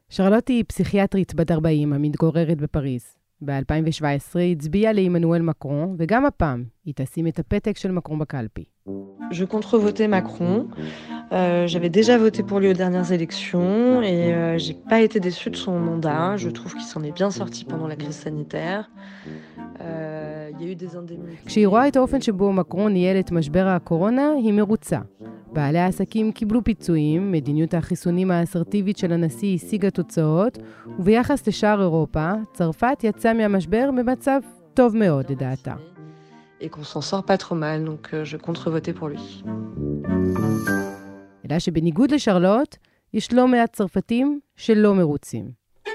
שרלוט היא פסיכיאטרית בת 40 המתגוררת בפריז. ב-2017 הצביעה לעמנואל מקרון, וגם הפעם היא תשים את הפתק של מקרון בקלפי. Je contre-votais Macron. J'avais déjà voté pour lui aux dernières élections et j'ai pas été déçue de son mandat. Je trouve qu'il s'en est bien sorti pendant la crise sanitaire. Il y a eu des indemnités. כשהיא רואה את האופן שבו מקרון ניהל את משבר הקורונה, היא מרוצה. בעלי העסקים קיבלו פיצויים, מדיניות החיסונים האסרטיבית של הנשיא השיגה תוצאות, וביחס לשאר אירופה, צרפת יצאה מהמשבר במצב טוב מאוד לדעתה. Et qu'on s'en sort pas trop mal, donc je contre-votais pour lui. אלא שבניגוד לשרלוט, יש לא מעט צרפתים שלא מרוצים.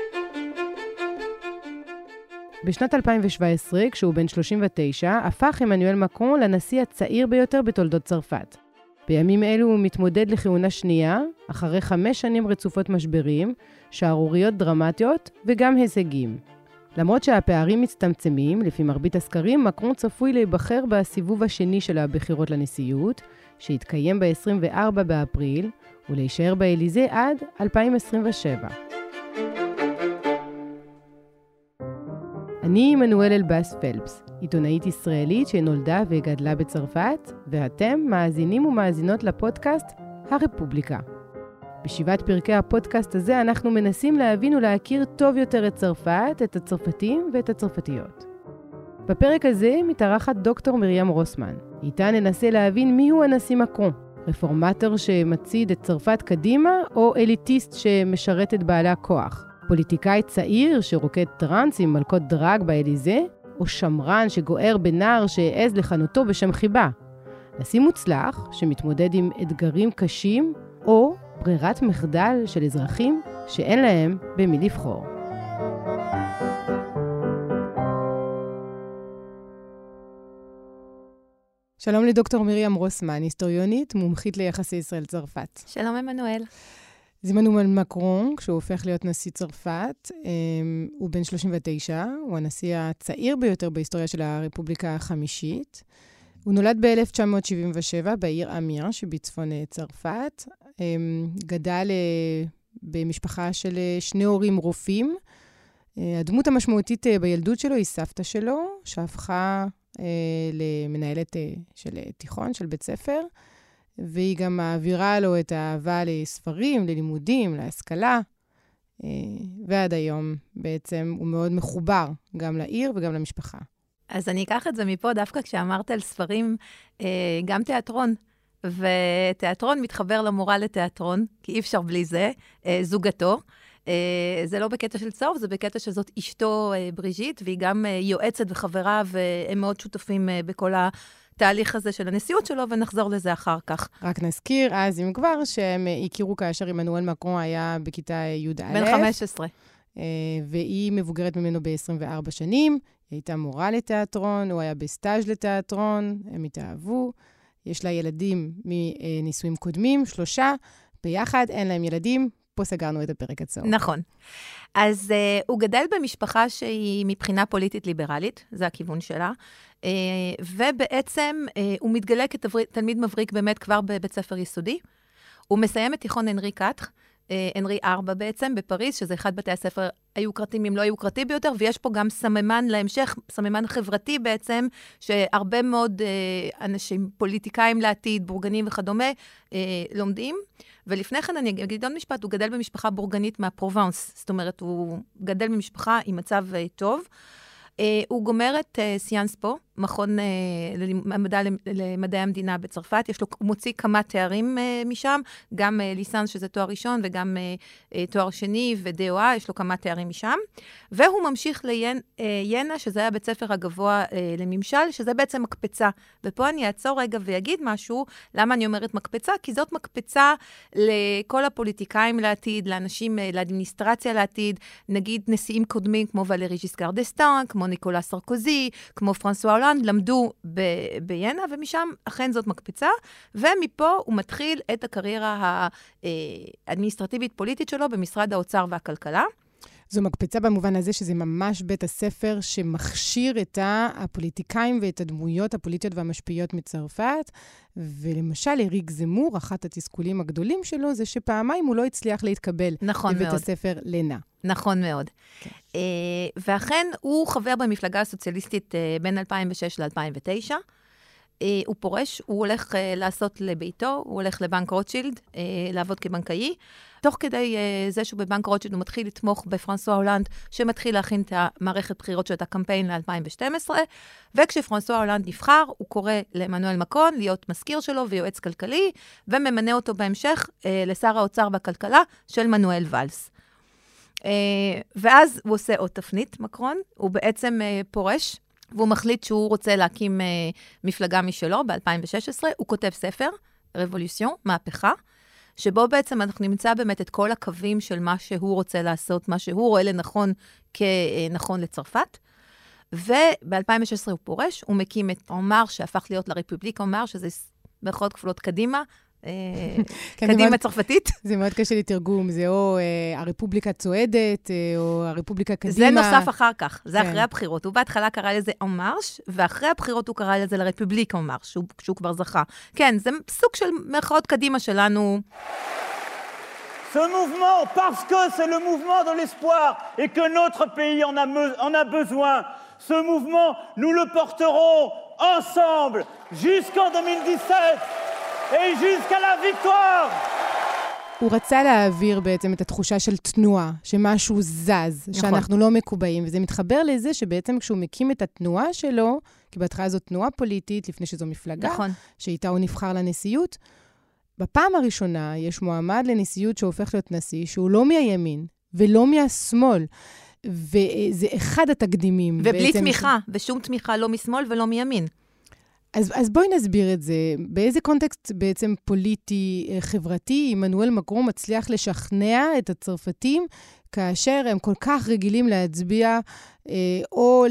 בשנת 2017, כשהוא בן 39, הפך עמנואל מקרון לנשיא הצעיר ביותר בתולדות צרפת. בימים אלו הוא מתמודד לכהונה שנייה, אחרי 5 שנים רצופות משברים, שערוריות דרמטיות וגם הישגים. למרות שהפערים מצטמצמים, לפי מרבית הסקרים, מקרון צפוי להיבחר בסיבוב השני של הבחירות לנשיאות, שהתקיים ב-24 באפריל, ולהישאר באליזה עד 2027. אני עמנואל אלבאס פלפס, עיתונאית ישראלית שנולדה וגדלה בצרפת, ואתם מאזינים ומאזינות לפודקאסט הרפובליקה. בשבעת פרקי הפודקאסט הזה אנחנו מנסים להבין ולהכיר טוב יותר את צרפת, את הצרפתים ואת הצרפתיות. בפרק הזה מתארחת דוקטור מרים רוסמן. איתה ננסה להבין מיהו הנשיא מקרון, רפורמטור שמצעיד את צרפת קדימה או אליטיסט שמשרת את בעלי הכוח. פוליטיקאי צעיר שרוקד טרנס עם מלכות דרג באליזה, או שמרן שגוער בנער שהעז לכנותו בשם חיבה. נשיא מוצלח שמתמודד עם אתגרים קשים, או ברירת מחדל של אזרחים שאין להם במי לבחור. שלום לדוקטור מרים רוסמן, היסטוריונית, מומחית ליחסי ישראל-צרפת. שלום עמנואל. אז עמנואל מקרון, כשהוא הופך להיות נשיא צרפת, הוא בן 39, הוא הנשיא הצעיר ביותר בהיסטוריה של הרפובליקה החמישית. הוא נולד ב-1977 בעיר אמיר שבצפון צרפת. גדל במשפחה של 2 הורים רופאים. הדמות המשמעותית בילדות שלו היא סבתא שלו, שהפכה למנהלת של תיכון, של בית ספר, והיא גם מעבירה לו את האהבה לספרים, ללימודים, להשכלה, ועד היום בעצם הוא מאוד מחובר גם לעיר וגם למשפחה. אז אני אקח את זה מפה, דווקא כשאמרת על ספרים, גם תיאטרון, ותיאטרון מתחבר למורה לתיאטרון, כי אי אפשר בלי זה, זוגתו. זה לא בקטע של צהוב, זה בקטע שזאת אשתו בריז'יט, והיא גם יועצת וחברה, והם מאוד שותפים בכל התהליך הזה של הנשיאות שלו, ונחזור לזה אחר כך. רק נזכיר, אז אם כבר, שהם הכירו כאשר עמנואל מקרון היה בכיתה י"א. בן 15. והיא מבוגרת ממנו ב-24 שנים, היא הייתה מורה לתיאטרון, הוא היה בסטאז' לתיאטרון, הם התאהבו. יש לה ילדים מנישואים קודמים, 3, ביחד אין להם ילדים, פה סגרנו את הפרק הצהוב. נכון. אז הוא גדל במשפחה שהיא מבחינה פוליטית ליברלית, זה הכיוון שלה, ובעצם הוא מתגלה כתלמיד מבריק באמת כבר בבית ספר יסודי. הוא מסיים את תיכון הנרי 4, הנרי 4 בעצם, בפריז, שזה אחד בתי הספר היוקרתיים, אם לא היוקרתי ביותר, ויש פה גם סממן להמשך, סממן חברתי בעצם, שהרבה מאוד אנשים, פוליטיקאים לעתיד, בורגנים וכדומה, לומדים. ולפני כן, אני אגיד עוד משפט, הוא גדל במשפחה בורגנית מהפרובנס, זאת אומרת, הוא גדל במשפחה עם מצב טוב. הוא גומר את סיאנס פה, מכון למדעי המדינה בצרפת, הוא מוציא כמה תארים משם, גם ליסנס שזה תואר ראשון, וגם תואר שני ודאואה, יש לו כמה תארים משם, והוא ממשיך לינה, שזה היה בית ספר הגבוה לממשל, שזה בעצם מקפצה, ופה אני אעצור רגע ויגיד משהו, למה אני אומרת מקפצה? כי זאת מקפצה לכל הפוליטיקאים לעתיד, לאנשים, לאדמיניסטרציה לעתיד, נגיד נשיאים קודמים כמו ולרי ז'יסקר ד'אסטן, כמו ניקולה סרקוזי, כמו פרנסואה הולנד, למדו ביינה, ומשם אכן זאת מקפצה, ומפה הוא מתחיל את הקריירה האדמיניסטרטיבית-פוליטית שלו במשרד האוצר והכלכלה. זו מקפצה במובן הזה שזה ממש בית הספר שמכשיר את הפוליטיקאים ואת הדמויות הפוליטיות והמשפיעות מצרפת, ולמשל, אריק זמור, אחת התסכולים הגדולים שלו, זה שפעמיים הוא לא הצליח להתקבל לבית הספר לנה. נכון מאוד. כן. ואכן, הוא חבר במפלגה הסוציאליסטית בין 2006 ל-2009, הוא פורש, הוא הולך לעשות לביתו, הוא הולך לבנק רוטשילד, לעבוד כבנקאי. תוך כדי זה שהוא בבנק רוטשילד, הוא מתחיל לתמוך בפרנסואה הולנד, שמתחיל להכין את המערכת בחירות של את הקמפיין ל-2012, וכשפרנסואה הולנד נבחר, הוא קורא למנואל מקרון להיות מזכיר שלו ויועץ כלכלי, וממנה אותו בהמשך לשר האוצר והכלכלה של מנואל ואלס. ואז הוא עושה עוד תפנית, מקרון, הוא בעצם פורש, והוא מחליט שהוא רוצה להקים מפלגה משלו ב-2016. הוא כותב ספר, רבולוציון, מהפכה, שבו בעצם אנחנו נמצא באמת את כל הקווים של מה שהוא רוצה לעשות, מה שהוא רואה לנכון כנכון לצרפת. וב-2016 הוא פורש, הוא מקים את אומר, שהפך להיות לרפובליקה אומר, שזה במירכאות כפולות קדימה, קדימה צרפתית. זה מאוד קשה לתרגום, זה או הרפובליקה צועדת, או הרפובליקה קדימה. זה נוסף אחר כך, זה אחרי הבחירות. הוא בהתחלה קרא לזה אומרש, ואחרי הבחירות הוא קרא לזה לרפובליקה אומרש, שהוא כבר זכה. כן, זה סוג של מרכאות קדימה שלנו. Ce mouvement, parce que c'est le mouvement de l'espoir et que notre pays en a besoin, ce mouvement, nous le porterons ensemble jusqu'en 2017. Et jusqu'à la victoire! הוא רצה להעביר בעצם את התחושה של תנועה, שמשהו זז, שאנחנו לא מקובעים, וזה מתחבר לזה שבעצם כשהוא מקים את התנועה שלו, כי בהתחלה זו תנועה פוליטית, לפני שזו מפלגה, שאיתה הוא נבחר לנשיאות, בפעם הראשונה יש מועמד לנשיאות שהופך להיות נשיא, שהוא לא מהימין ולא מהשמאל, וזה אחד התקדימים. ובלי תמיכה, ושום תמיכה לא משמאל ולא מימין. אז בואי נסביר את זה. באיזה קונטקסט בעצם פוליטי, חברתי, עמנואל מקרון מצליח לשכנע את הצרפתים, כאשר הם כל כך רגילים להצביע או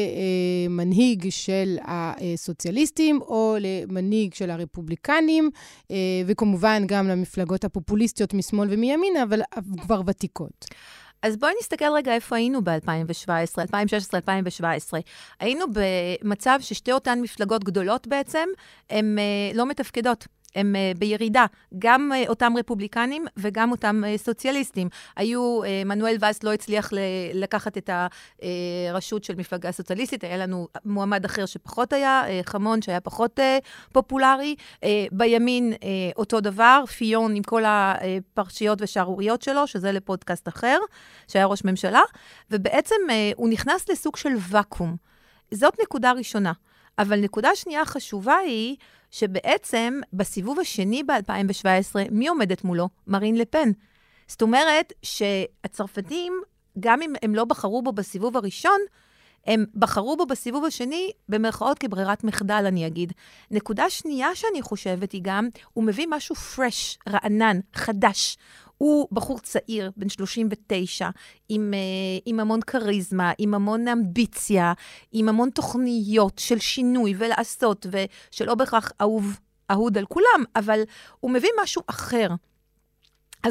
למנהיג של הסוציאליסטים, או למנהיג של הרפובליקנים, וכמובן גם למפלגות הפופוליסטיות משמאל ומימין, אבל כבר ותיקות. אז בואי נסתכל רגע איפה היינו ב-2017, 2016, 2017. היינו במצב ששתי אותן מפלגות גדולות בעצם, הן לא מתפקדות. הם בירידה, גם אותם רפובליקנים וגם אותם סוציאליסטים. מנואל ואלס לא הצליח לקחת את הרשות של מפלגה סוציאליסטית, היה לנו מועמד אחר שפחות היה, חמון שהיה פחות פופולרי, בימין אותו דבר, פיון עם כל הפרשיות ושערוריות שלו, שזה לפודקאסט אחר, שהיה ראש ממשלה, ובעצם הוא נכנס לסוג של וקום. זאת נקודה ראשונה. אבל נקודה שנייה חשובה היא, שבעצם בסיבוב השני ב-2017, מי עומדת מולו? מרין לפן. זאת אומרת שהצרפתים, גם אם הם לא בחרו בו בסיבוב הראשון, הם בחרו בו בסיבוב השני, במרכאות כברירת מחדל, אני אגיד. נקודה שנייה שאני חושבת היא גם, הוא מביא משהו פרש, רענן, חדש. הוא בחור צעיר, בן 39, עם המון קריזמה, עם המון אמביציה, עם המון תוכניות של שינוי ולעשות, ושלא בהכרח אהוד על כולם, אבל הוא מביא משהו אחר. אז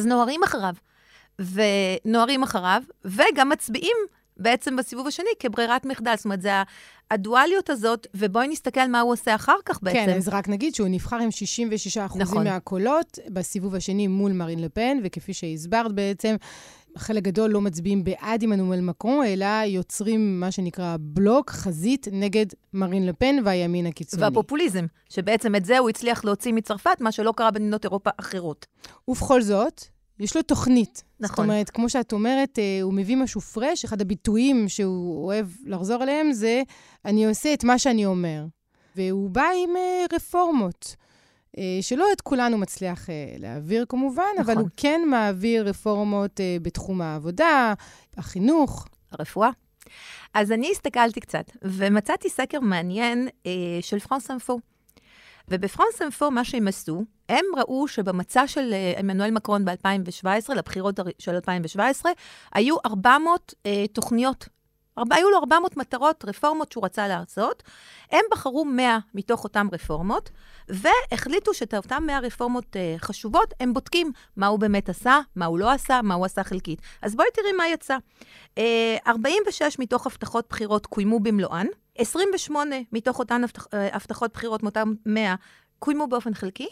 נוערים אחריו, וגם מצביעים בעצם בסיבוב השני כברירת מחדל. זאת אומרת, זה הדואליות הזאת, ובואי נסתכל מה הוא עושה אחר כך בעצם. כן, אז רק נגיד שהוא נבחר עם 66% נכון. מהקולות, בסיבוב השני מול מרין לפן, וכפי שהסברת בעצם, חלק גדול לא מצביעים בעד עמנואל מקרון, אלא יוצרים מה שנקרא בלוק, חזית, נגד מרין לפן והימין הקיצוני. והפופוליזם, שבעצם את זה הוא הצליח להוציא מצרפת, מה שלא קרה במדינות אירופה אחרות. ובכל זאת, יש לו תוכנית. נכון. זאת אומרת, כמו שאת אומרת, הוא מביא משהו פרש, אחד הביטויים שהוא אוהב לחזור אליהם זה, אני עושה את מה שאני אומר. והוא בא עם רפורמות, שלא את כולנו מצליח להעביר כמובן, נכון. אבל הוא כן מעביר רפורמות בתחום העבודה, החינוך. הרפואה. אז אני הסתכלתי קצת, ומצאתי סקר מעניין של פרנס אינפו. ובפרנס אינפו, מה שהם עשו, הם ראו שבמצע של עמנואל מקרון ב-2017, לבחירות של 2017, היו 400 תוכניות, היו לו 400 מטרות, רפורמות שהוא רצה לעשות. הם בחרו 100 מתוך אותם רפורמות, והחליטו שאותן 100 רפורמות חשובות, הם בודקים מה הוא באמת עשה, מה הוא לא עשה, מה הוא עשה חלקית. אז בואי תראי מה יצא. 46 מתוך הבטחות בחירות קוימו במלואן, 28 מתוך אותן הבטחות בחירות מאותן 100 קוימו באופן חלקי,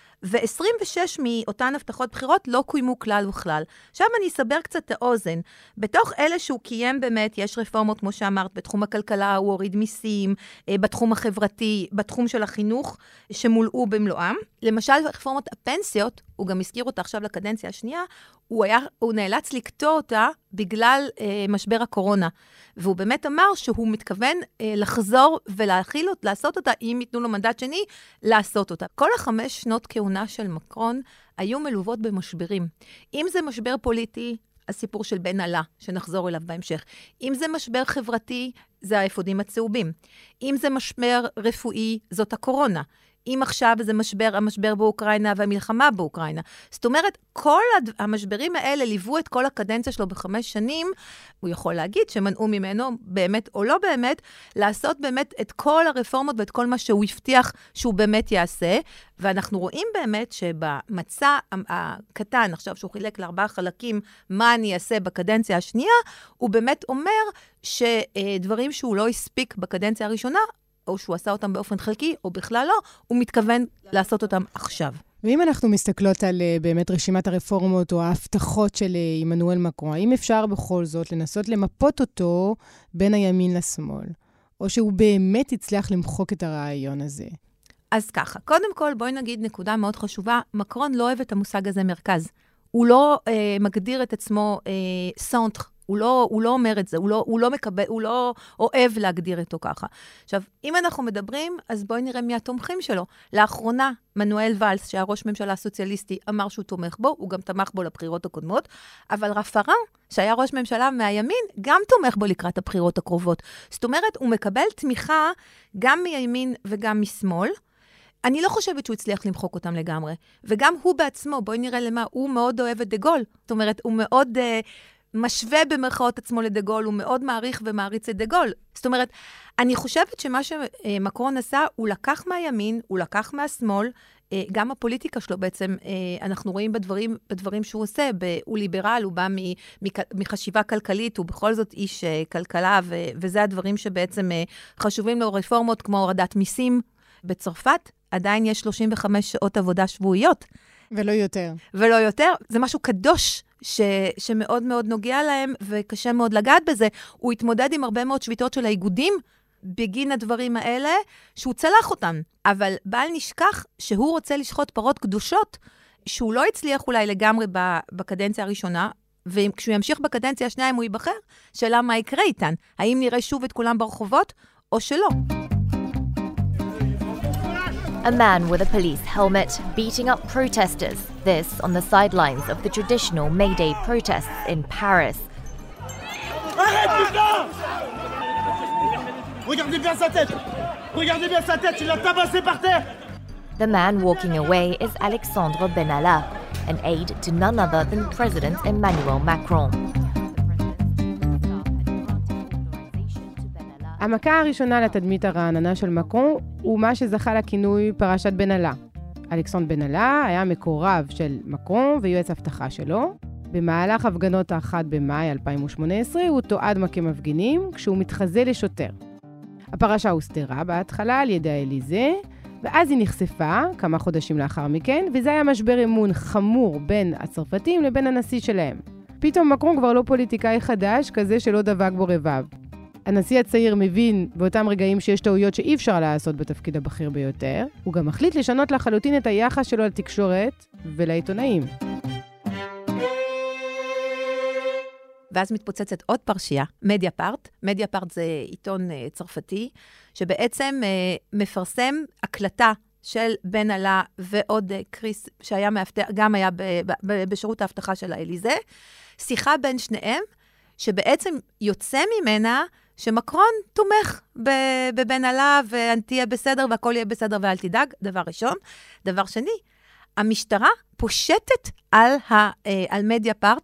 ו-26 מאותן הבטחות בחירות לא קוימו כלל וכלל. עכשיו אני אסבר קצת את האוזן. בתוך אלה שהוא קיים באמת, יש רפורמות, כמו שאמרת, בתחום הכלכלה, הוא הוריד מיסים, בתחום החברתי, בתחום של החינוך, שמולאו במלואם. למשל, רפורמות הפנסיות, הוא גם הזכיר אותה עכשיו לקדנציה השנייה, הוא נאלץ לקטוע אותה בגלל משבר הקורונה. והוא באמת אמר שהוא מתכוון לחזור לעשות אותה, אם ייתנו לו מנדט שני, לעשות אותה. כל 5 שנות כהונה של מקרון היו מלוות במשברים. אם זה משבר פוליטי, הסיפור של בן עלה, שנחזור אליו בהמשך. אם זה משבר חברתי, זה האפודים הצהובים. אם זה משבר רפואי, זאת הקורונה. אם עכשיו זה המשבר באוקראינה והמלחמה באוקראינה. זאת אומרת, כל המשברים האלה ליוו את כל הקדנציה שלו ב5 שנים, הוא יכול להגיד שמנעו ממנו, באמת או לא באמת, לעשות באמת את כל הרפורמות ואת כל מה שהוא הבטיח שהוא באמת יעשה, ואנחנו רואים באמת שבמצע הקטן, עכשיו שהוא חילק ל4 חלקים, מה אני אעשה בקדנציה השנייה, הוא באמת אומר שדברים שהוא לא הספיק בקדנציה הראשונה, או שהוא עשה אותם באופן חלקי, או בכלל לא, הוא מתכוון לעשות אותם עכשיו. ואם אנחנו מסתכלות על באמת רשימת הרפורמות או ההבטחות של עמנואל מקרון, האם אפשר בכל זאת לנסות למפות אותו בין הימין לשמאל, או שהוא באמת יצליח למחוק את הרעיון הזה? אז ככה, קודם כל בואי נגיד נקודה מאוד חשובה, מקרון לא אוהב את המושג הזה מרכז. הוא לא מגדיר את עצמו סנטר, הוא לא אומר את זה, הוא לא אוהב להגדיר אותו ככה. עכשיו, אם אנחנו מדברים, אז בואי נראה מי התומכים שלו. לאחרונה, מנואל ואלס, שהיה ראש ממשלה סוציאליסטי, אמר שהוא תומך בו, הוא גם תמך בו לבחירות הקודמות, אבל רפארן, שהיה ראש ממשלה מהימין, גם תומך בו לקראת הבחירות הקרובות. זאת אומרת, הוא מקבל תמיכה גם מימין וגם משמאל. אני לא חושבת שהוא הצליח למחוק אותם לגמרי. וגם הוא בעצמו, בואי נראה למה, הוא מאוד אוהב את דגול. זאת אומרת, הוא מאוד משווה במרכאות עצמו לדגול, הוא מאוד מעריך ומעריץ את דגול. זאת אומרת, אני חושבת שמה שמקרון עשה, הוא לקח מהימין, הוא לקח מהשמאל, גם הפוליטיקה שלו בעצם, אנחנו רואים בדברים שהוא עושה, הוא ליברל, הוא בא מחשיבה כלכלית, הוא בכל זאת איש כלכלה, וזה הדברים שבעצם חשובים לו, רפורמות כמו הורדת מיסים בצרפת, עדיין יש 35 שעות עבודה שבועיות. ולא יותר. ולא יותר, זה משהו קדוש, שמאוד מאוד נוגע להם, וקשה מאוד לגעת בזה. הוא התמודד עם הרבה מאוד שביתות של האיגודים, בגין הדברים האלה, שהוא צלח אותם. אבל בל נשכח שהוא רוצה לשחוט פרות קדושות, שהוא לא הצליח אולי לגמרי בקדנציה הראשונה, וכשהוא ימשיך בקדנציה השנייה, אם הוא ייבחר, שאלה מה יקרה איתן. האם נראה שוב את כולם ברחובות, או שלא? A man with a police helmet beating up protesters. This on the sidelines of the traditional May Day protests in Paris. Arrête, putain! Regardez bien sa tête! Regardez bien sa tête, il l'a tabassé par terre! The man walking away is Alexandre Benalla, an aide to none other than President Emmanuel Macron. המכה הראשונה לתדמית הרעננה של מקרון הוא מה שזכה לכינוי פרשת בן עלה. אלכסנדר בן עלה היה מקורב של מקרון ויועץ הבטחה שלו. במהלך הפגנות ה-1 במאי 2018 הוא תועד כמפגינים כשהוא מתחזה לשוטר. הפרשה הוסתרה בהתחלה על ידי האליזה, ואז היא נחשפה כמה חודשים לאחר מכן, וזה היה משבר אמון חמור בין הצרפתים לבין הנשיא שלהם. פתאום מקרון כבר לא פוליטיקאי חדש, כזה שלא דבק בו רבב. הנשיא הצעיר מבין באותם רגעים שיש טעויות שאי אפשר לעשות בתפקיד הבכיר ביותר. הוא גם מחליט לשנות לחלוטין את היחס שלו לתקשורת ולעיתונאים. ואז מתפוצצת עוד פרשייה, מדיה-פארט. מדיה-פארט זה עיתון צרפתי, שבעצם מפרסם הקלטה של בן עלה ועוד קריס, שהיה מאבטח, גם היה בשירות ההבטחה של האליזה, שיחה בין שניהם, שבעצם יוצא ממנה שמקרון תומך בבן עלה, ותהיה בסדר, והכל יהיה בסדר, ואל תדאג, דבר ראשון. דבר שני, המשטרה פושטת על מדיה-פארט,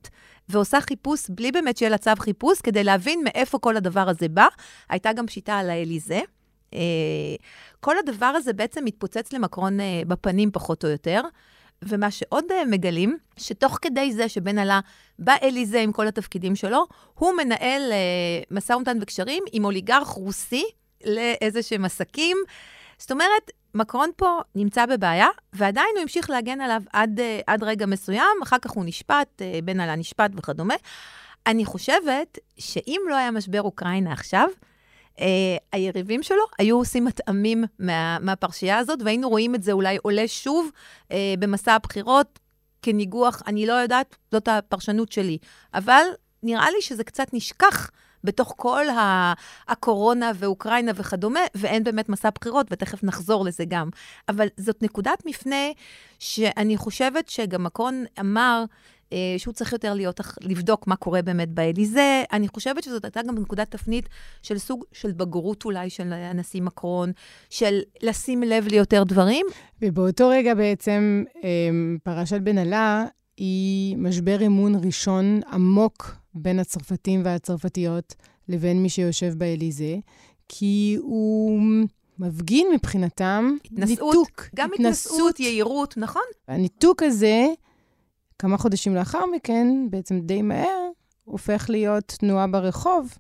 ועושה חיפוש בלי באמת שיהיה לה צו חיפוש, כדי להבין מאיפה כל הדבר הזה בא. הייתה גם שיטה על האליזה. כל הדבר הזה בעצם מתפוצץ למקרון בפנים פחות או יותר, ומה שעוד מגלים, שתוך כדי זה שבן עלה באליזה עם כל התפקידים שלו, הוא מנהל משא ומתן וקשרים עם אוליגרך רוסי לאיזשהם עסקים. זאת אומרת, מקרון פה נמצא בבעיה, ועדיין הוא המשיך להגן עליו עד רגע מסוים, אחר כך הוא נשפט, בן עלה נשפט וכדומה. אני חושבת שאם לא היה משבר אוקראינה עכשיו, היריבים שלו היו עושים מטעמים מהפרשייה הזאת, והיינו רואים את זה אולי עולה שוב במסע הבחירות כניגוח, אני לא יודעת, זאת הפרשנות שלי. אבל נראה לי שזה קצת נשכח בתוך כל הקורונה ואוקראינה וכדומה, ואין באמת מסע בחירות, ותכף נחזור לזה גם. אבל זאת נקודת מפנה שאני חושבת שגם מקרון אמר, שהוא צריך יותר לבדוק מה קורה באמת באליזה. אני חושבת שזאת הייתה גם נקודת תפנית של סוג של בגרות אולי של הנשיא מקרון, של לשים לב ליותר דברים. ובאותו רגע בעצם פרשת בן עלה היא משבר אמון ראשון עמוק בין הצרפתים והצרפתיות לבין מי שיושב באליזה, כי הוא מפגין מבחינתם ניתוק. גם התנסות, יהירות, נכון? הניתוק הזה, כמה חודשים לאחר מכן, בעצם די מהר, הופך להיות תנועה ברחוב,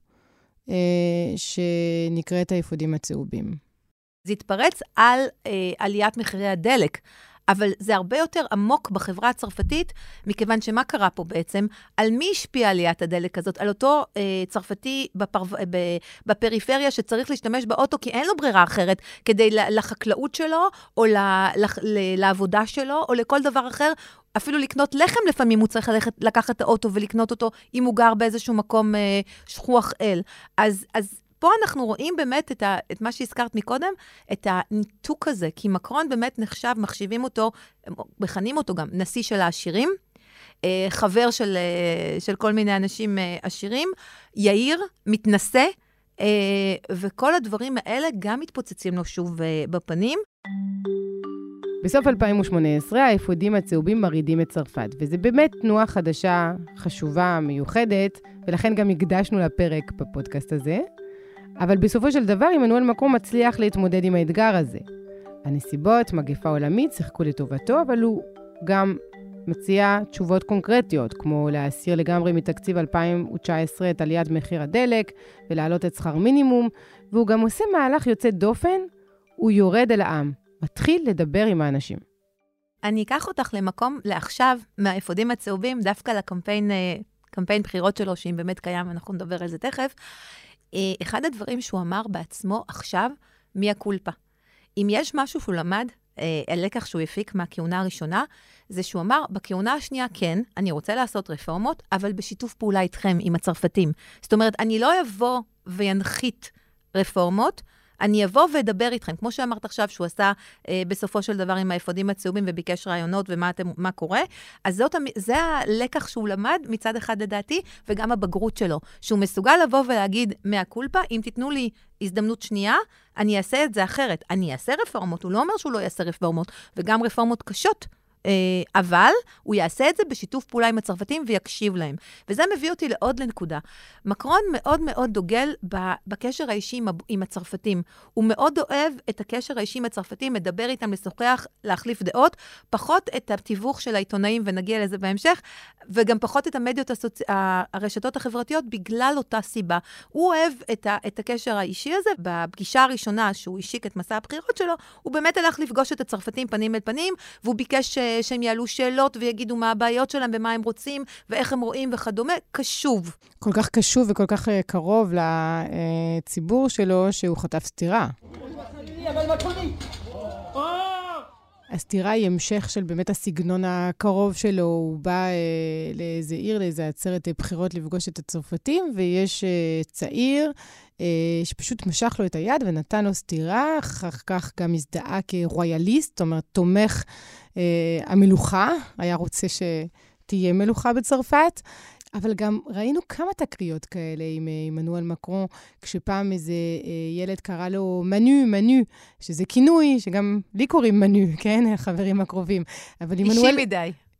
שנקראת האפודים הצהובים. זה התפרץ על עליית מחירי הדלק, אבל זה הרבה יותר עמוק בחברה הצרפתית, מכיוון שמה קרה פה בעצם, על מי השפיע עליית הדלק הזאת? על אותו צרפתי בפריפריה שצריך להשתמש באוטו, כי אין לו ברירה אחרת, כדי לחקלאות שלו, או לעבודה שלו, או לכל דבר אחר, אפילו לקנות לחם לפעמים הוא צריך לקחת את האוטו ולקנות אותו, אם הוא גר באיזשהו מקום שכוח אל. אז פה אנחנו רואים באמת את מה שהזכרת מקודם, את הניתוק הזה, כי מקרון באמת נחשב, מחשיבים אותו, מכנים אותו גם נשיא של העשירים, חבר של כל מיני אנשים עשירים, יאיר, מתנשא, וכל הדברים האלה גם מתפוצצים לו שוב בפנים. בסוף 2018, האפודים הצהובים מרעידים את צרפת, וזה באמת תנועה חדשה, חשובה, מיוחדת, ולכן גם הקדשנו לפרק בפודקאסט הזה. אבל בסופו של דבר, עמנואל מקרון מצליח להתמודד עם האתגר הזה. הנסיבות, מגפה עולמית, שיחקו לטובתו, אבל הוא גם מציע תשובות קונקרטיות, כמו להסיר לגמרי מתקציב 2019 את עליית מחיר הדלק, ולהעלות את שכר מינימום, והוא גם עושה מהלך יוצא דופן, הוא יורד אל העם, מתחיל לדבר עם האנשים. אני אקח אותך למקום לעכשיו, מהאפודים הצהובים, דווקא לקמפיין בחירות שלו, שאם באמת קיים, אנחנו נדבר על זה תכף. אחד הדברים שהוא אמר בעצמו עכשיו, מי הקולפה. אם יש משהו שהוא למד, הלקח שהוא הפיק מהכהונה הראשונה, זה שהוא אמר, בכהונה השנייה כן, אני רוצה לעשות רפורמות, אבל בשיתוף פעולה איתכם, עם הצרפתים. זאת אומרת, אני לא אבוא וינחית רפורמות, אני אבוא ואדבר איתכם, כמו שאמרת עכשיו, שהוא עשה בסופו של דבר עם האפודים הצהובים, וביקש רעיונות ומה קורה. אז זה הלקח שהוא למד מצד אחד לדעתי, וגם הבגרות שלו, שהוא מסוגל לבוא ולהגיד מהקולפה, אם תיתנו לי הזדמנות שנייה, אני אעשה את זה אחרת. אני אעשה רפורמות, הוא לא אומר שהוא לא יעשה רפורמות, וגם רפורמות קשות, אבל הוא יעשה את זה בשיתוף פעולה עם הצרפתים ויקשיב להם. וזה מביא אותי לעוד לנקודה. מקרון מאוד מאוד דוגל בקשר האישי עם הצרפתים. הוא מאוד אוהב את הקשר האישי עם הצרפתים, מדבר איתם, לשוחח, להחליף דעות, פחות את התיווך של העיתונאים, ונגיע לזה בהמשך, וגם פחות את המדיות הרשתות החברתיות, בגלל אותה סיבה. הוא אוהב את הקשר האישי הזה. בפגישה הראשונה שהוא השיק את מסע הבחירות שלו, הוא באמת הלך לפגוש את הצרפתים פנים אל פנים, והוא ביקש שהם יעלו שאלות ויגידו מה הבעיות שלהם ומה הם רוצים ואיך הם רואים וכדומה. קשוב. כל כך קשוב וכל כך קרוב לציבור שלו שהוא חטף סתירה. הסתירה היא המשך של באמת הסגנון הקרוב שלו. הוא בא לאיזה עיר, לאיזה עצרת בחירות לפגוש את הצרפתים, ויש צעיר שפשוט משך לו את היד ונתן לו סתירה, אחר כך גם הזדהה כרויאליסט, זאת אומרת, תומך המלוכה, היה רוצה שתהיה מלוכה בצרפת, אבל גם ראינו כמה תקריות כאלה עם עמנואל מקרון, כשפעם איזה ילד קרא לו מנו, שזה כינוי, שגם לי קוראים מנו, כן? החברים הקרובים. אישי מדי.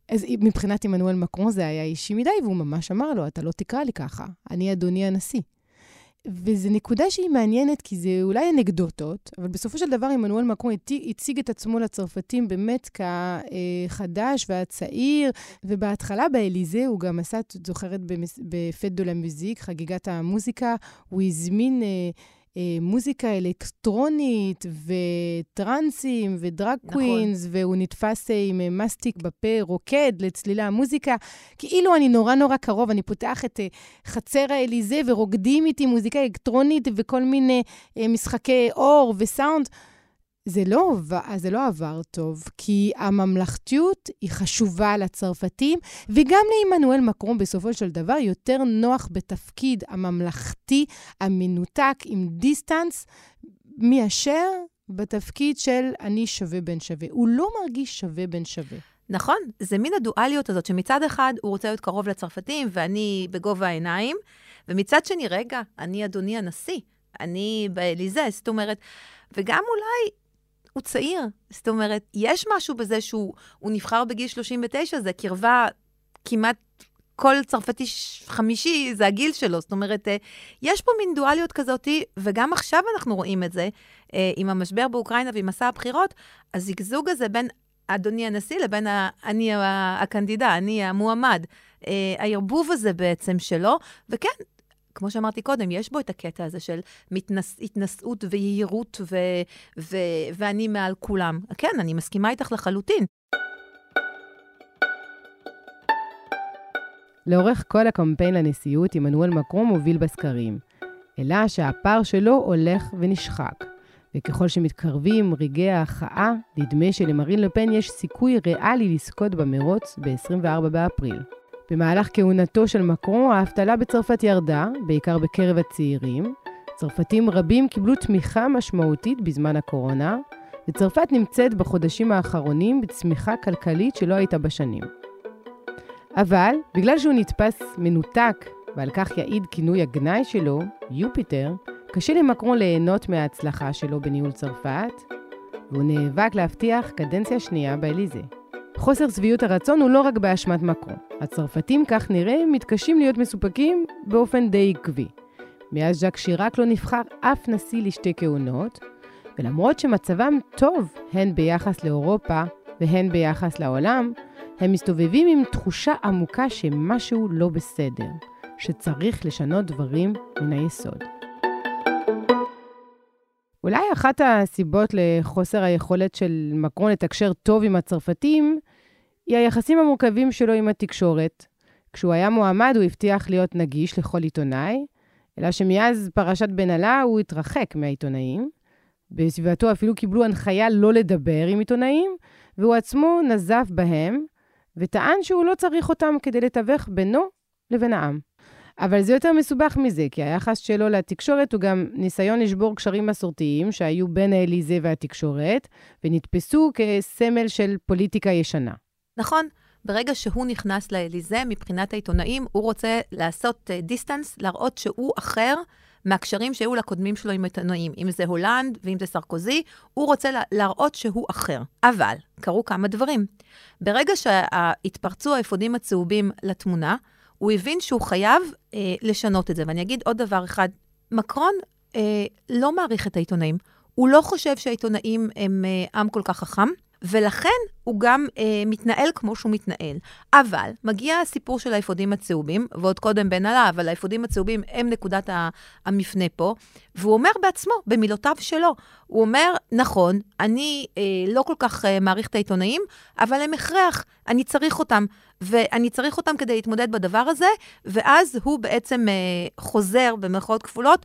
אז מבחינת עמנואל מקרון זה היה אישי מדי, והוא ממש אמר לו, אתה לא תקרא לי ככה, אני אדוני הנשיא. וזו נקודה שהיא מעניינת, כי זה אולי אנקדוטות, אבל בסופו של דבר עמנואל מקרון הציג את עצמו לצרפתים באמת כחדש והצעיר, ובהתחלה באליזה הוא גם עשה, את זוכרת, בפט דה לה מוזיק, חגיגת המוזיקה, הוא הזמין מוזיקה אלקטרונית וטרנסים ודרג קווינס, והוא נתפס עם מסטיק בפה, רוקד לצלילי המוזיקה. כאילו אני נורא נורא קרוב, אני פותח את חצר האליזה ורוקדים איתי מוזיקה אלקטרונית וכל מיני משחקי אור וסאונד. זה לא עבר טוב, כי הממלכתיות היא חשובה לצרפתים, וגם לעמנואל מקרון בסופו של דבר יותר נוח בתפקיד הממלכתי, המנותק עם דיסטנס, מאשר בתפקיד של אני שווה בין שווה. הוא לא מרגיש שווה בין שווה. נכון, זה מין הדואליות הזאת, שמצד אחד הוא רוצה להיות קרוב לצרפתים, ואני בגובה העיניים, ומצד שני, רגע, אני אדוני הנשיא, אני באליזה, זאת אומרת, וגם אולי הוא צעיר, זאת אומרת, יש משהו בזה שהוא נבחר בגיל 39, זה קרבה כמעט כל צרפתי חמישי, זה הגיל שלו, זאת אומרת, יש פה מין דואליות כזאת, וגם עכשיו אנחנו רואים את זה, עם המשבר באוקראינה ועם מסע הבחירות, הזגזוג הזה בין אדוני הנשיא לבין אני הקנדידה, אני המועמד, הערבוב הזה בעצם שלו, וכן, כמו שאמרתי קודם, יש בו את הקטע הזה של התנשאות ויהירות ואני מעל כולם. כן, אני מסכימה איתך לחלוטין. לאורך כל הקמפיין לנשיאות, עמנואל מקרון מוביל בסקרים, אלא שהפער שלו הולך ונשחק. וככל שמתקרבים רגעי ההכרעה, נדמה שלמרין לפן יש סיכוי ריאלי לזכות במרוץ ב-24 באפריל. במהלך כהונתו של מקרון, האבטלה בצרפת ירדה, בעיקר בקרב הצעירים. צרפתים רבים קיבלו תמיכה משמעותית בזמן הקורונה, וצרפת נמצאת בחודשים האחרונים בצמיחה כלכלית שלא הייתה בשנים. אבל, בגלל שהוא נתפס מנותק, ועל כך יעיד כינוי הגנאי שלו, יופיטר, קשה למקרון ליהנות מההצלחה שלו בניהול צרפת, והוא נאבק להבטיח קדנציה שנייה באליזה. חוסר שביעות הרצון הוא לא רק באשמת מקרון. הצרפתים, כך נראה, מתקשים להיות מסופקים באופן די עקבי. מאז ז'אק שיראק לא נבחר אף נשיא לשתי כהונות, ולמרות שמצבם טוב, הן ביחס לאירופה והן ביחס לעולם, הם מסתובבים עם תחושה עמוקה שמשהו לא בסדר, שצריך לשנות דברים מן היסוד. אולי אחת הסיבות לחוסר היכולת של מקרון לתקשר טוב עם הצרפתים, היא היחסים המורכבים שלו עם התקשורת. כשהוא היה מועמד הוא הבטיח להיות נגיש לכל עיתונאי, אלא שמאז פרשת בן עלה הוא התרחק מהעיתונאים. בסביבתו אפילו קיבלו הנחיה לא לדבר עם עיתונאים, והוא עצמו נזף בהם, וטען שהוא לא צריך אותם כדי לתווך בינו לבין העם. אבל זה יותר מסובך מזה, כי היחס שלו לתקשורת הוא גם ניסיון לשבור קשרים מסורתיים שהיו בין האליזה והתקשורת, ונתפסו כסמל של פוליטיקה ישנה. נכון, ברגע שהוא נכנס לאליזה, מבחינת העיתונאים, הוא רוצה לעשות דיסטנס, להראות שהוא אחר מהקשרים שהיו לקודמים שלו עם עיתונאים. אם זה הולנד ואם זה סרקוזי, הוא רוצה להראות שהוא אחר. אבל, קרו כמה דברים. ברגע שהתפרצו האפודים הצהובים לתמונה, הוא הבין שהוא חייב לשנות את זה. ואני אגיד עוד דבר אחד, מקרון לא מעריך את העיתונאים. הוא לא חושב שהעיתונאים הם עם כל כך חכם, ולכן הוא גם מתנהל כמו שהוא מתנהל. אבל מגיע הסיפור של האפודים הצהובים, ועוד קודם בן עלה, אבל האפודים הצהובים הם נקודת המפנה פה, והוא אומר בעצמו, במילותיו שלו, הוא אומר, נכון, אני לא כל כך מעריך את העיתונאים, אבל הם הכרח, אני צריך אותם, ואני צריך אותם כדי להתמודד בדבר הזה, ואז הוא בעצם חוזר במרכאות כפולות,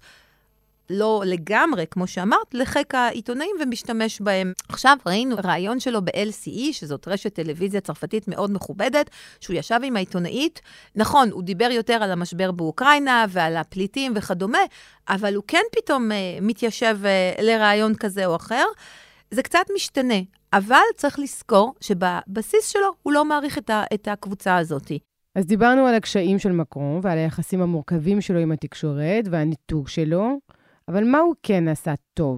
לא לגמרי, כמו שאמרת, לחק העיתונאים ומשתמש בהם. עכשיו ראינו רעיון שלו ב-LCE, שזאת רשת טלוויזיה צרפתית מאוד מכובדת, שהוא ישב עם העיתונאית. נכון, הוא דיבר יותר על המשבר באוקראינה ועל הפליטים וכדומה, אבל הוא כן פתאום מתיישב לרעיון כזה או אחר. זה קצת משתנה, אבל צריך לזכור שבבסיס שלו הוא לא מעריך את הקבוצה הזאת. אז דיברנו על הקשיים של מקרון ועל היחסים המורכבים שלו עם התקשורת והניתוק שלו, אבל מה הוא כן עשה טוב?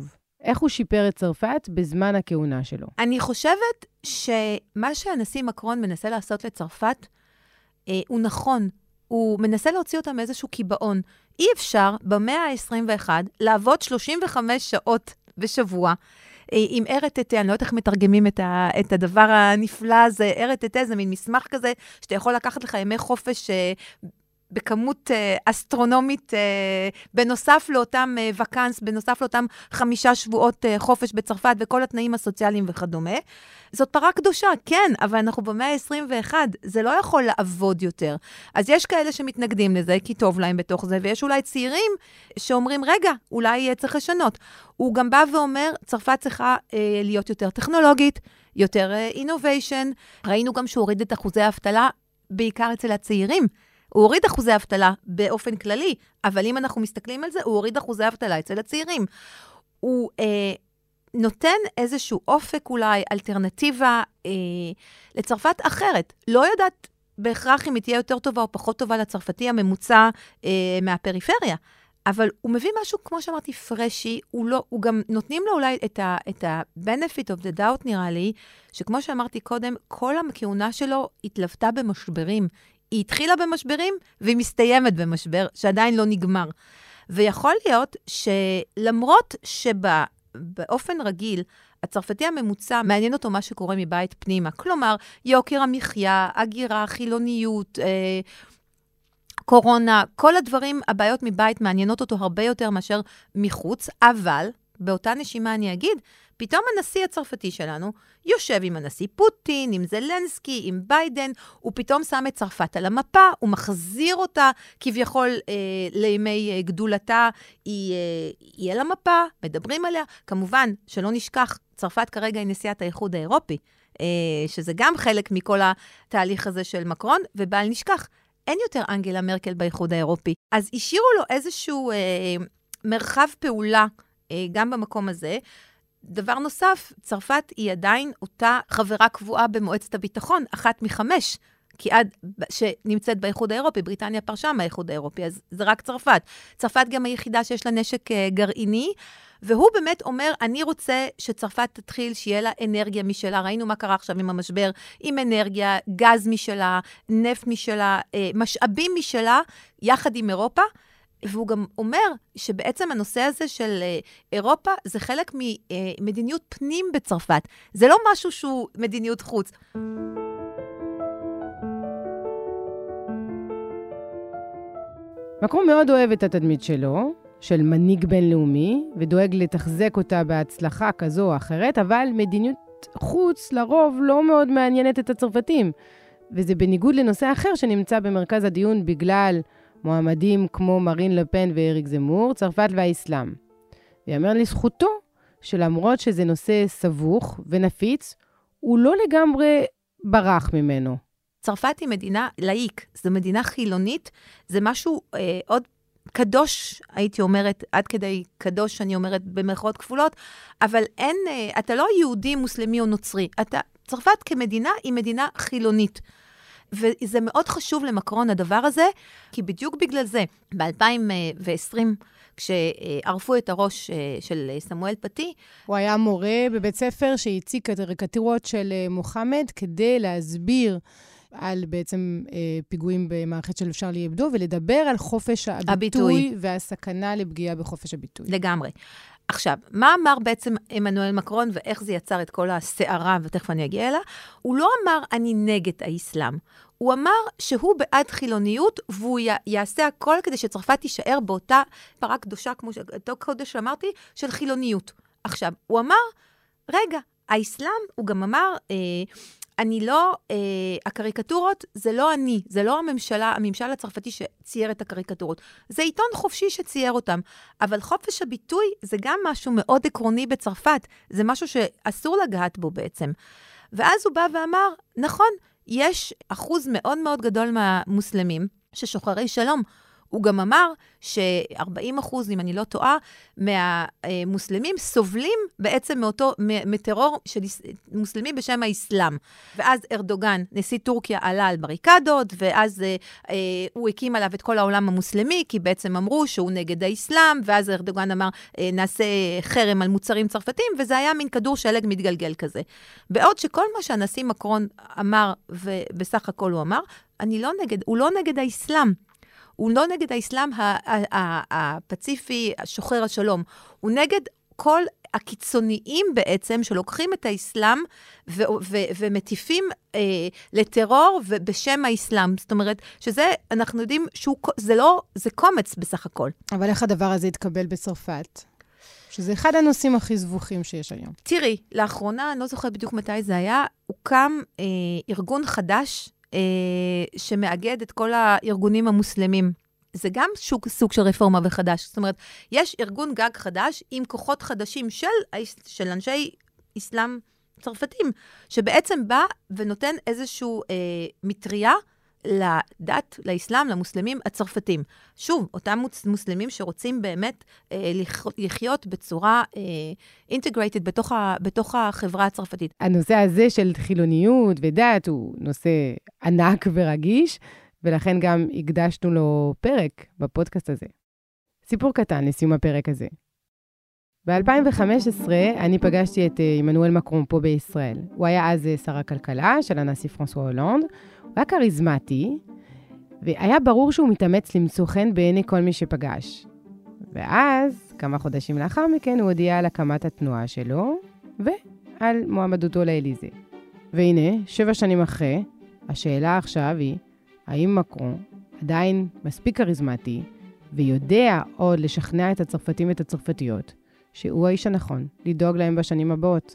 איך הוא שיפר את צרפת בזמן הכהונה שלו. אני חושבת שמה שהנשיא מקרון מנסה לעשות לצרפת, הוא נכון. הוא מנסה להוציא אותם מאיזשהו קיבעון. אי אפשר במאה ה-21 לעבוד 35 שעות בשבוע, עם ארטטה, אני לא יודעת איך מתרגמים את הדבר הנפלא הזה, ארטטה זה מין מסמך כזה, שאתה יכול לקחת לך ימי חופש בכמות אסטרונומית, בנוסף לאותם וקנס, בנוסף לאותם 5 שבועות חופש בצרפת, וכל התנאים הסוציאליים וכדומה. זאת פרה קדושה, כן, אבל אנחנו במאה ה-21, זה לא יכול לעבוד יותר. אז יש כאלה שמתנגדים לזה, כי טוב להם בתוך זה, ויש אולי צעירים שאומרים, רגע, אולי צריך לשנות. הוא גם בא ואומר, צרפת צריכה להיות יותר טכנולוגית, יותר innovation. ראינו גם שהוא הוריד את אחוזי האבטלה, בעיקר אצל הצעירים. הוא הוריד אחוזי אבטלה באופן כללי, אבל אם אנחנו מסתכלים על זה, הוא הוריד אחוזי אבטלה אצל הצעירים. הוא נותן איזשהו אופק אולי, אלטרנטיבה לצרפת אחרת. לא יודעת בהכרח אם היא תהיה יותר טובה או פחות טובה לצרפתי הממוצע מהפריפריה, אבל הוא מביא משהו, כמו שאמרתי, פרשי, הוא גם נותנים לו אולי את ה-benefit of the doubt, נראה לי, שכמו שאמרתי קודם, כל הכהונה שלו התלוותה במשברים. היא התחילה במשברים, והיא מסתיימת במשבר, שעדיין לא נגמר. ויכול להיות שלמרות שבאופן רגיל, הצרפתי הממוצע מעניין אותו מה שקורה מבית פנימה. כלומר, יוקר המחיה, הגירה, חילוניות, קורונה, כל הדברים, הבעיות מבית מעניינות אותו הרבה יותר מאשר מחוץ, אבל באותה נשימה אני אגיד, פתאום הנשיא הצרפתי שלנו יושב עם הנשיא פוטין, עם זלנסקי, עם ביידן, הוא פתאום שם את צרפת על המפה, הוא מחזיר אותה כביכול לימי גדולתה, היא על המפה, מדברים עליה. כמובן, שלא נשכח, צרפת כרגע היא נשיאת האיחוד האירופי, שזה גם חלק מכל התהליך הזה של מקרון, ובל נשכח, אין יותר אנגלה מרקל באיחוד האירופי. אז השאירו לו איזשהו מרחב פעולה, גם במקום הזה. דבר נוסף, צרפת היא עדיין אותה חברה קבועה במועצת הביטחון, 1 מ-5, כי עד שנמצאת באיחוד האירופי, בריטניה פרשה מהאיחוד האירופי, אז זה רק צרפת. צרפת גם היחידה שיש לה נשק גרעיני, והוא באמת אומר, אני רוצה שצרפת תתחיל שיהיה לה אנרגיה משלה. ראינו מה קרה עכשיו עם המשבר, עם אנרגיה, גז משלה, נפט משלה, משאבים משלה, יחד עם אירופה. והוא גם אומר שבעצם הנושא הזה של אירופה, זה חלק ממדיניות פנים בצרפת. זה לא משהו שהוא מדיניות חוץ. מקרון מאוד אוהב את התדמית שלו, של מנהיג בינלאומי, ודואג לתחזק אותה בהצלחה כזו או אחרת, אבל מדיניות חוץ לרוב לא מאוד מעניינת את הצרפתים. וזה בניגוד לנושא אחר שנמצא במרכז הדיון בגלל מועמדים כמו מרין לפן ואריק זמור, צרפת והאסלאם. ויאמר לזכותו שלמרות שזה נושא סבוך ונפיץ, הוא לא לגמרי ברח ממנו. צרפת היא מדינה לאיק, זו מדינה חילונית, זה משהו עוד קדוש, הייתי אומרת, עד כדי קדוש, אני אומרת במרכאות כפולות, אבל אין, אתה לא יהודי, מוסלמי או נוצרי. צרפת כמדינה היא מדינה חילונית. וזה מאוד חשוב למקרון הדבר הזה, כי בדיוק בגלל זה, ב-2020, כשערפו את הראש של סמואל פטי, הוא היה מורה בבית ספר שהציג קריקטורות של מוחמד, כדי להסביר על בעצם פיגועים במערכת של שרלי הבדו, ולדבר על חופש הביטוי והסכנה לפגיעה בחופש הביטוי. לגמרי. עכשיו, מה אמר בעצם עמנואל מקרון, ואיך זה יצר את כל הסערה, ותכף אני אגיע אליה? הוא לא אמר, אני נגד האסלאם. הוא אמר שהוא בעד חילוניות, והוא יעשה הכל כדי שצרפת תישאר באותה פרה קדושה, כמו אותו קודש שאמרתי, של חילוניות. עכשיו, הוא אמר, רגע, האסלאם, הוא גם אמר, אני לא, הקריקטורות זה לא אני, זה לא הממשל הצרפתי שצייר את הקריקטורות. זה עיתון חופשי שצייר אותם. אבל חופש הביטוי זה גם משהו מאוד עקרוני בצרפת. זה משהו שאסור לגעת בו בעצם. ואז הוא בא ואמר, נכון, יש אחוז מאוד מאוד גדול מהמוסלמים ששוחרי שלום. הוא גם אמר ש40%, אם אני לא טועה, מהמוסלמים סובלים בעצם מטרור של מוסלמים בשם האסלאם. ואז ארדוגן, נשיא טורקיה, עלה על בריקדות, ואז הוא הקים עליו את כל העולם המוסלמי, כי בעצם אמרו שהוא נגד האסלאם, ואז ארדוגן אמר, נעשה חרם על מוצרים צרפתים, וזה היה מין כדור שלג מתגלגל כזה. בעוד שכל מה שהנשיא מקרון אמר, ובסך הכל הוא אמר, הוא לא נגד האסלאם. הוא לא נגד האסלאם הפציפי, שוחר השלום. הוא נגד כל הקיצוניים בעצם, שלוקחים את האסלאם ומטיפים לטרור ובשם האסלאם. זאת אומרת, שזה, אנחנו יודעים, זה קומץ בסך הכל. אבל איך הדבר הזה התקבל בצרפת? שזה אחד הנושאים הכי זבוכים שיש היום. תראי, לאחרונה, אני לא זוכרת בדיוק מתי זה היה, הוקם ארגון חדש, שמאגד את כל הארגונים המוסלמים. זה גם סוג של רפורמה וחדש. זאת אומרת, יש ארגון גג חדש עם כוחות חדשים של אנשי אסלאם צרפתים, שבעצם בא ונותן איזשהו מטריה לדת, לאסלאם, למוסלמים הצרפתים. שוב, אותם מוסלמים שרוצים באמת לחיות בצורה integrated בתוך החברה הצרפתית. הנושא הזה של חילוניות ודת הוא נושא ענק ורגיש, ולכן גם הקדשנו לו פרק בפודקאסט הזה. סיפור קטן לסיום הפרק הזה. ב-2015 אני פגשתי את עמנואל מקרון פה בישראל. הוא היה אז שר הכלכלה של הנשיא פרנסואה הולנד. הוא היה כריזמטי, והיה ברור שהוא מתאמץ למצוא חן בעיני כל מי שפגש. ואז, כמה חודשים לאחר מכן, הוא הודיע על הקמת התנועה שלו, ועל מועמדותו לאליזה. והנה, 7 שנים אחרי, השאלה עכשיו היא, האם מקרון עדיין מספיק כריזמטי, ויודע עוד לשכנע את הצרפתים ואת הצרפתיות, שהוא האיש הנכון, לדאוג להם בשנים הבאות.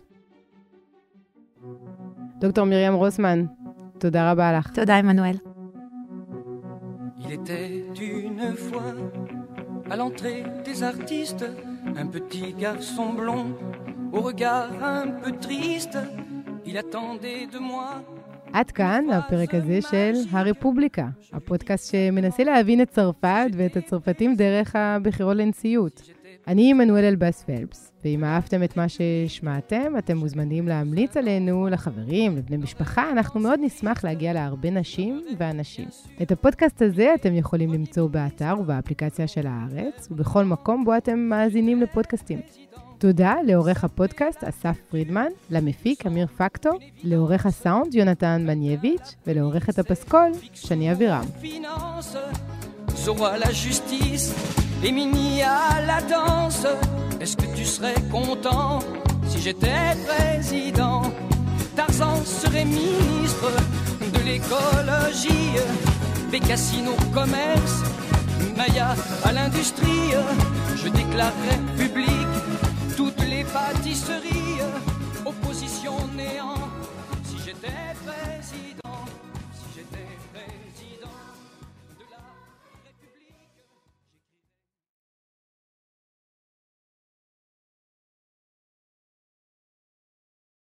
דוקטור מרים רוסמן, תודה רבה לך. תודה, עמנואל. Il était une fois à l'entrée des artistes un petit garçon blond au regard un peu triste il attendait de moi. עד כאן הפרק הזה של הרפובליקה, הפודקאסט שמנסה להבין את צרפת ואת הצרפתים דרך הבחירות לנשיאות. אני עמנואל אלבאס פלפס, ואם אהבתם את מה ששמעתם, אתם מוזמנים להמליץ עלינו לחברים, לבני משפחה. אנחנו מאוד נשמח להגיע להרבה נשים ואנשים. את הפודקאסט הזה אתם יכולים למצוא באתר ובאפליקציה של הארץ, ובכל מקום בו אתם מאזינים לפודקאסטים. תודה לעורך הפודקאסט אסף פרידמן, למפיק אמיר פקטור, לעורך הסאונד יונתן מנייביץ' ולעורכת הפסקול שני אבירם. Zoro à la justice et Mini à la danse. Est-ce que tu serais content si j'étais président? Tarzan serait ministre de l'écologie, Bécassine au commerce, Maya à l'industrie. Je déclarerais public toutes les pâtisseries, opposition néant. Si j'étais président, si j'étais